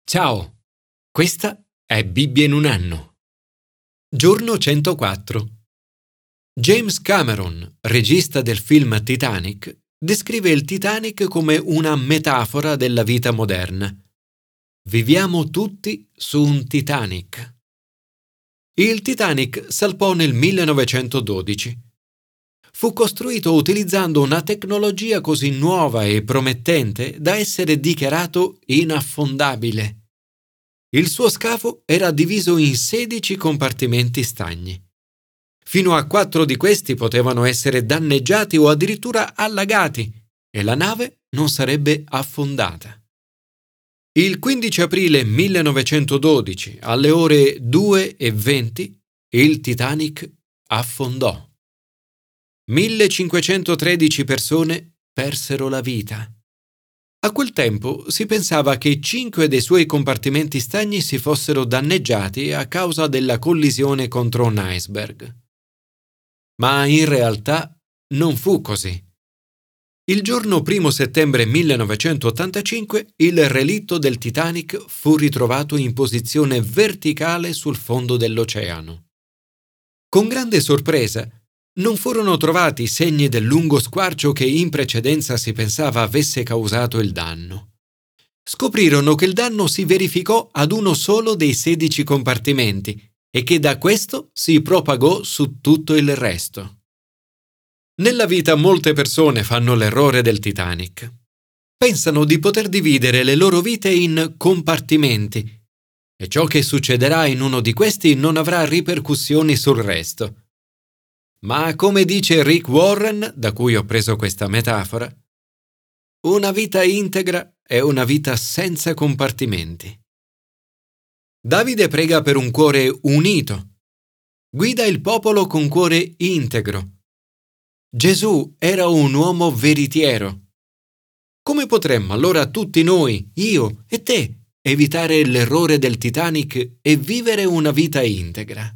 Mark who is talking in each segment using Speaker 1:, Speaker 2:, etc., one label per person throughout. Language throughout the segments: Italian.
Speaker 1: Ciao, questa è Bibbia in un anno. Giorno 104. James Cameron, regista del film Titanic, descrive il Titanic come una metafora della vita moderna. Viviamo tutti su un Titanic. Il Titanic salpò nel 1912. Fu costruito utilizzando una tecnologia così nuova e promettente da essere dichiarato inaffondabile. Il suo scafo era diviso in 16 compartimenti stagni. Fino a 4 di questi potevano essere danneggiati o addirittura allagati e la nave non sarebbe affondata. Il 15 aprile 1912, alle ore 2:20, il Titanic affondò. 1513 persone persero la vita. A quel tempo si pensava che 5 dei suoi compartimenti stagni si fossero danneggiati a causa della collisione contro un iceberg. Ma in realtà non fu così. Il giorno 1 settembre 1985 il relitto del Titanic fu ritrovato in posizione verticale sul fondo dell'oceano. Con grande sorpresa, non furono trovati segni del lungo squarcio che in precedenza si pensava avesse causato il danno. Scoprirono che il danno si verificò ad uno solo dei 16 compartimenti e che da questo si propagò su tutto il resto. Nella vita molte persone fanno l'errore del Titanic. Pensano di poter dividere le loro vite in compartimenti e ciò che succederà in uno di questi non avrà ripercussioni sul resto. Ma come dice Rick Warren, da cui ho preso questa metafora, una vita integra è una vita senza compartimenti. Davide prega per un cuore unito. Guida il popolo con cuore integro. Gesù era un uomo veritiero. Come potremmo allora tutti noi, io e te, evitare l'errore del Titanic e vivere una vita integra?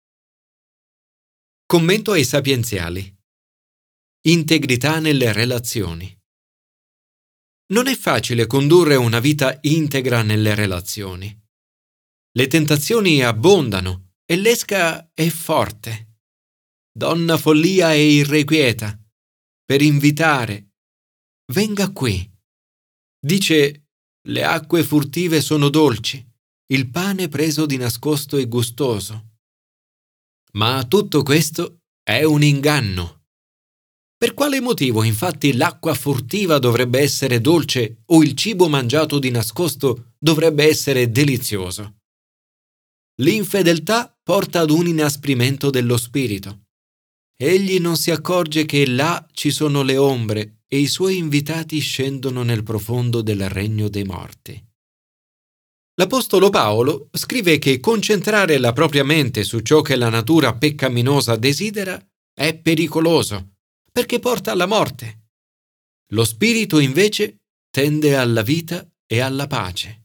Speaker 1: Commento ai sapienziali. Integrità nelle relazioni. Non è facile condurre una vita integra nelle relazioni. Le tentazioni abbondano e l'esca è forte. Donna follia e irrequieta. Per invitare. Venga qui. Dice, le acque furtive sono dolci, il pane preso di nascosto è gustoso. Ma tutto questo è un inganno. Per quale motivo, infatti, l'acqua furtiva dovrebbe essere dolce o il cibo mangiato di nascosto dovrebbe essere delizioso? L'infedeltà porta ad un inasprimento dello spirito. Egli non si accorge che là ci sono le ombre e i suoi invitati scendono nel profondo del regno dei morti. L'Apostolo Paolo scrive che concentrare la propria mente su ciò che la natura peccaminosa desidera è pericoloso, perché porta alla morte. Lo spirito invece tende alla vita e alla pace.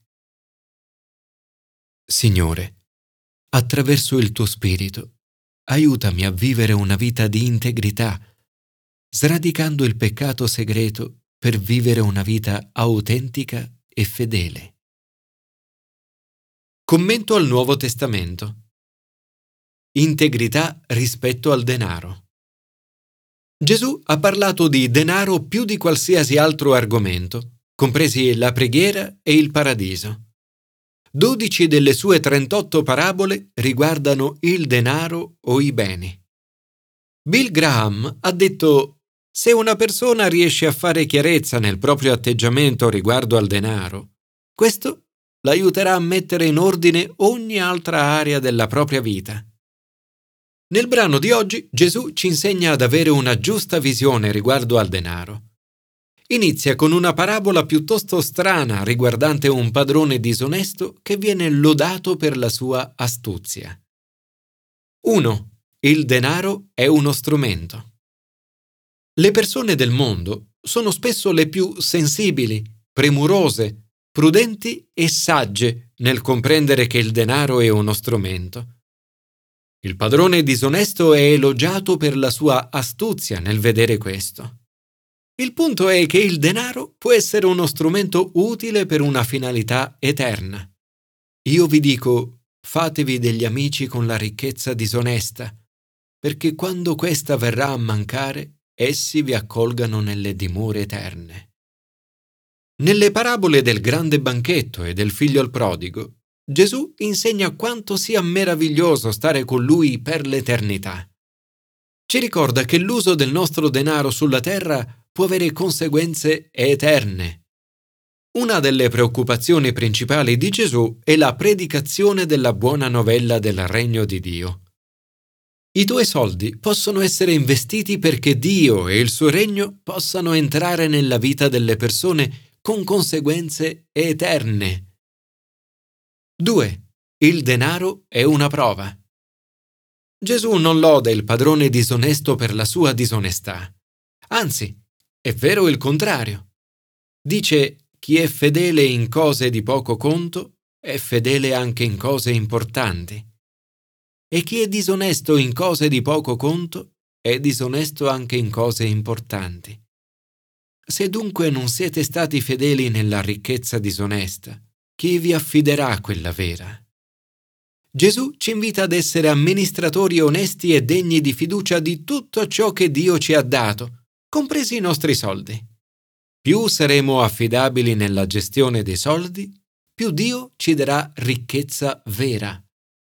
Speaker 1: Signore, attraverso il tuo spirito, aiutami a vivere una vita di integrità, sradicando il peccato segreto per vivere una vita autentica e fedele. Commento al Nuovo Testamento. Integrità rispetto al denaro. Gesù ha parlato di denaro più di qualsiasi altro argomento, compresi la preghiera e il paradiso. 12 delle sue 38 parabole riguardano il denaro o i beni. Bill Graham ha detto: se una persona riesce a fare chiarezza nel proprio atteggiamento riguardo al denaro, questo l'aiuterà a mettere in ordine ogni altra area della propria vita. Nel brano di oggi Gesù ci insegna ad avere una giusta visione riguardo al denaro. Inizia con una parabola piuttosto strana riguardante un padrone disonesto che viene lodato per la sua astuzia. 1. Il denaro è uno strumento. Le persone del mondo sono spesso le più sensibili, premurose, prudenti e sagge nel comprendere che il denaro è uno strumento. Il padrone disonesto è elogiato per la sua astuzia nel vedere questo. Il punto è che il denaro può essere uno strumento utile per una finalità eterna. Io vi dico, fatevi degli amici con la ricchezza disonesta, perché quando questa verrà a mancare, essi vi accolgano nelle dimore eterne. Nelle parabole del grande banchetto e del figlio al prodigo, Gesù insegna quanto sia meraviglioso stare con Lui per l'eternità. Ci ricorda che l'uso del nostro denaro sulla terra può avere conseguenze eterne. Una delle preoccupazioni principali di Gesù è la predicazione della buona novella del regno di Dio. I tuoi soldi possono essere investiti perché Dio e il suo regno possano entrare nella vita delle persone con conseguenze eterne. 2. Il denaro è una prova. Gesù non loda il padrone disonesto per la sua disonestà. Anzi, è vero il contrario. Dice: chi è fedele in cose di poco conto è fedele anche in cose importanti. E chi è disonesto in cose di poco conto è disonesto anche in cose importanti. Se dunque non siete stati fedeli nella ricchezza disonesta, chi vi affiderà quella vera? Gesù ci invita ad essere amministratori onesti e degni di fiducia di tutto ciò che Dio ci ha dato, compresi i nostri soldi. Più saremo affidabili nella gestione dei soldi, più Dio ci darà ricchezza vera.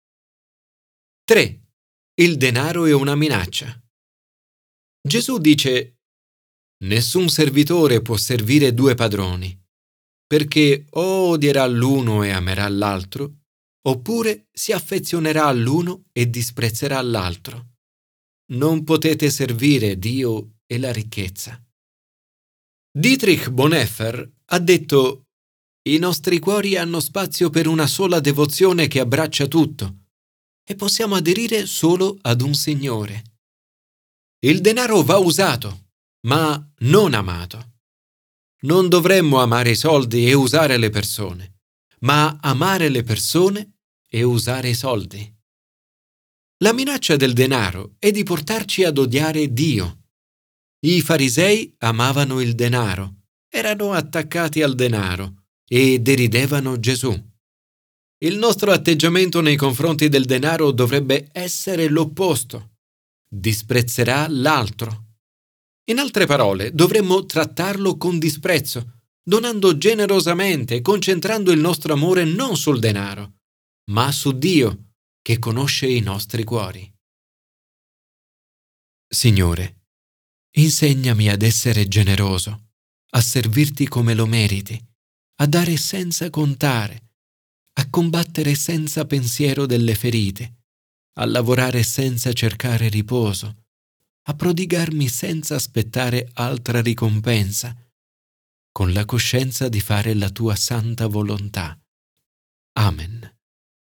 Speaker 1: 3. Il denaro è una minaccia. Gesù dice: nessun servitore può servire due padroni, perché o odierà l'uno e amerà l'altro, oppure si affezionerà all'uno e disprezzerà l'altro. Non potete servire Dio e la ricchezza. Dietrich Bonhoeffer ha detto: i nostri cuori hanno spazio per una sola devozione che abbraccia tutto, e possiamo aderire solo ad un Signore. Il denaro va usato, ma non amato. Non dovremmo amare i soldi e usare le persone, ma amare le persone e usare i soldi. La minaccia del denaro è di portarci ad odiare Dio. I farisei amavano il denaro, erano attaccati al denaro e deridevano Gesù. Il nostro atteggiamento nei confronti del denaro dovrebbe essere l'opposto. Disprezzerà l'altro. In altre parole, dovremmo trattarlo con disprezzo, donando generosamente e concentrando il nostro amore non sul denaro, ma su Dio, che conosce i nostri cuori. Signore, insegnami ad essere generoso, a servirti come lo meriti, a dare senza contare, a combattere senza pensiero delle ferite, a lavorare senza cercare riposo, a prodigarmi senza aspettare altra ricompensa, con la coscienza di fare la tua santa volontà. Amen.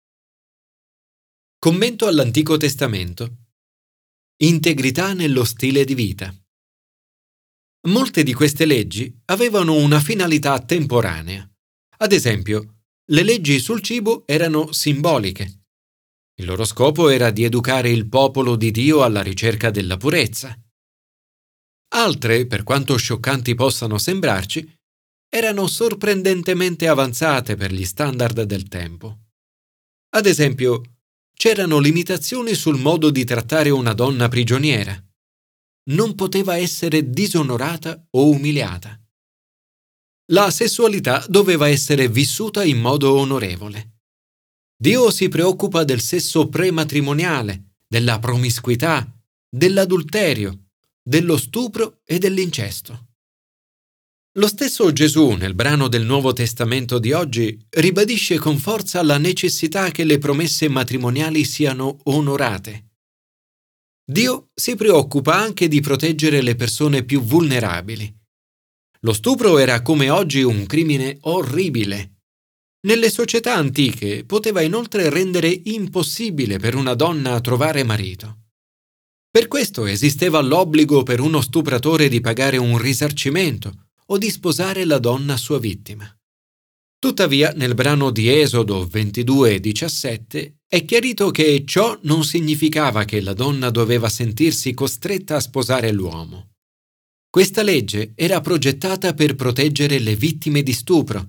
Speaker 1: Commento all'Antico Testamento. Integrità nello stile di vita. Molte di queste leggi avevano una finalità temporanea. Ad esempio, le leggi sul cibo erano simboliche. Il loro scopo era di educare il popolo di Dio alla ricerca della purezza. Altre, per quanto scioccanti possano sembrarci, erano sorprendentemente avanzate per gli standard del tempo. Ad esempio, c'erano limitazioni sul modo di trattare una donna prigioniera. Non poteva essere disonorata o umiliata. La sessualità doveva essere vissuta in modo onorevole. Dio si preoccupa del sesso prematrimoniale, della promiscuità, dell'adulterio, dello stupro e dell'incesto. Lo stesso Gesù, nel brano del Nuovo Testamento di oggi, ribadisce con forza la necessità che le promesse matrimoniali siano onorate. Dio si preoccupa anche di proteggere le persone più vulnerabili. Lo stupro era come oggi un crimine orribile. Nelle società antiche poteva inoltre rendere impossibile per una donna trovare marito. Per questo esisteva l'obbligo per uno stupratore di pagare un risarcimento o di sposare la donna sua vittima. Tuttavia, nel brano di Esodo 22:17 è chiarito che ciò non significava che la donna doveva sentirsi costretta a sposare l'uomo. Questa legge era progettata per proteggere le vittime di stupro,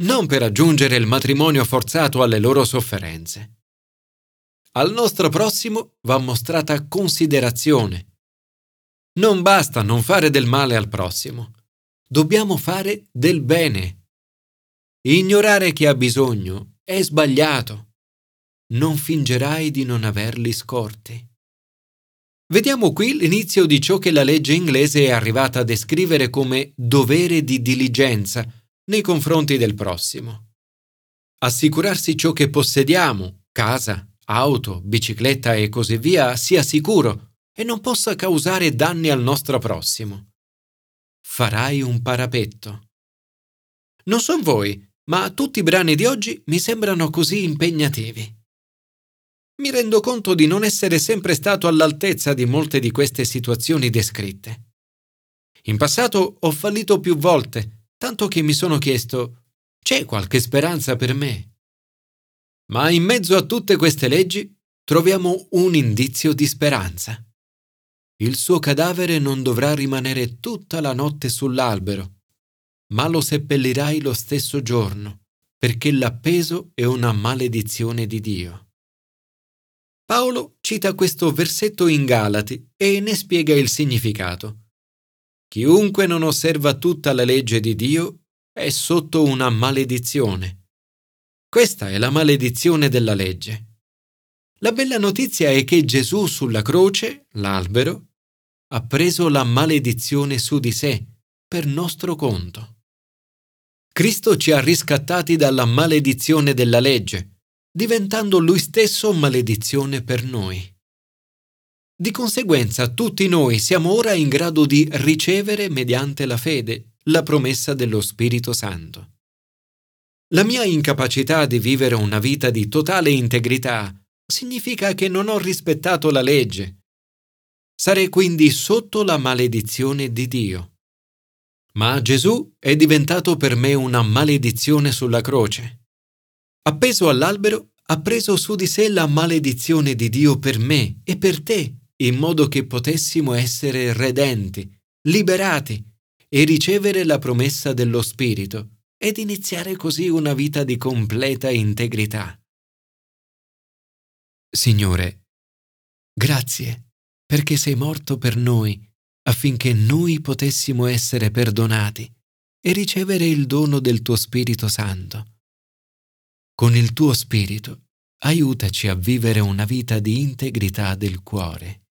Speaker 1: non per aggiungere il matrimonio forzato alle loro sofferenze. Al nostro prossimo va mostrata considerazione. Non basta non fare del male al prossimo. Dobbiamo fare del bene. Ignorare chi ha bisogno è sbagliato. Non fingerai di non averli scorti. Vediamo qui l'inizio di ciò che la legge inglese è arrivata a descrivere come dovere di diligenza nei confronti del prossimo. Assicurarsi ciò che possediamo, casa, auto, bicicletta e così via, sia sicuro e non possa causare danni al nostro prossimo. Farai un parapetto. Non so voi, ma tutti i brani di oggi mi sembrano così impegnativi. Mi rendo conto di non essere sempre stato all'altezza di molte di queste situazioni descritte. In passato ho fallito più volte, tanto che mi sono chiesto: c'è qualche speranza per me? Ma in mezzo a tutte queste leggi troviamo un indizio di speranza. Il suo cadavere non dovrà rimanere tutta la notte sull'albero, ma lo seppellirai lo stesso giorno, perché l'appeso è una maledizione di Dio. Paolo cita questo versetto in Galati e ne spiega il significato. Chiunque non osserva tutta la legge di Dio è sotto una maledizione. Questa è la maledizione della legge. La bella notizia è che Gesù sulla croce, l'albero, ha preso la maledizione su di sé per nostro conto. Cristo ci ha riscattati dalla maledizione della legge, diventando Lui stesso maledizione per noi. Di conseguenza, tutti noi siamo ora in grado di ricevere, mediante la fede, la promessa dello Spirito Santo. La mia incapacità di vivere una vita di totale integrità significa che non ho rispettato la legge. Sarei quindi sotto la maledizione di Dio. Ma Gesù è diventato per me una maledizione sulla croce. Appeso all'albero, ha preso su di sé la maledizione di Dio per me e per te, in modo che potessimo essere redenti, liberati e ricevere la promessa dello Spirito ed iniziare così una vita di completa integrità. Signore, grazie perché sei morto per noi affinché noi potessimo essere perdonati e ricevere il dono del tuo Spirito Santo. Con il tuo Spirito, aiutaci a vivere una vita di integrità del cuore.